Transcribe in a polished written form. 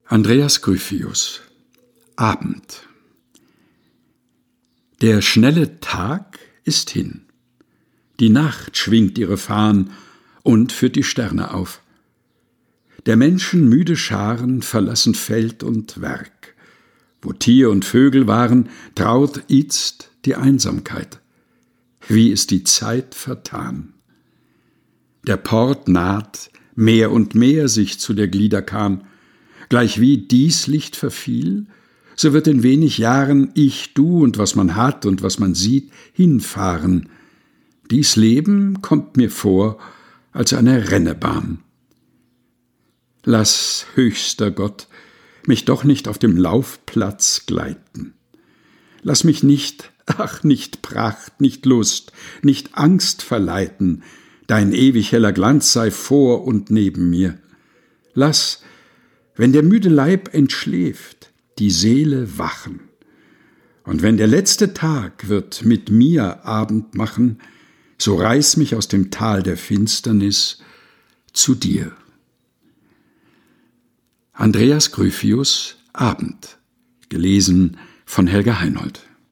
Andreas Gryphius. Abend. Der schnelle Tag ist hin. Die Nacht schwingt ihre Fahnen und führt die Sterne auf. Der Menschen müde Scharen verlassen Feld und Werk. Wo Tier und Vögel waren, traut itzt die Einsamkeit. Wie ist die Zeit vertan? Der Port naht, mehr und mehr sich zu der Gliederkahn. Gleichwie dies Licht verfiel, so wird in wenig Jahren ich, du und was man hat und was man sieht, hinfahren. Dies Leben kommt mir vor als eine Rennebahn. Lass, höchster Gott, mich doch nicht auf dem Laufplatz gleiten. Lass mich nicht, nicht Pracht, nicht Lust, nicht Angst verleiten, dein ewig heller Glanz sei vor und neben mir. Lass, wenn der müde Leib entschläft, die Seele wachen. Und wenn der letzte Tag wird mit mir Abend machen, so reiß mich aus dem Tal der Finsternis zu dir. Andreas Gryphius, Abend. Gelesen von Helga Heinold.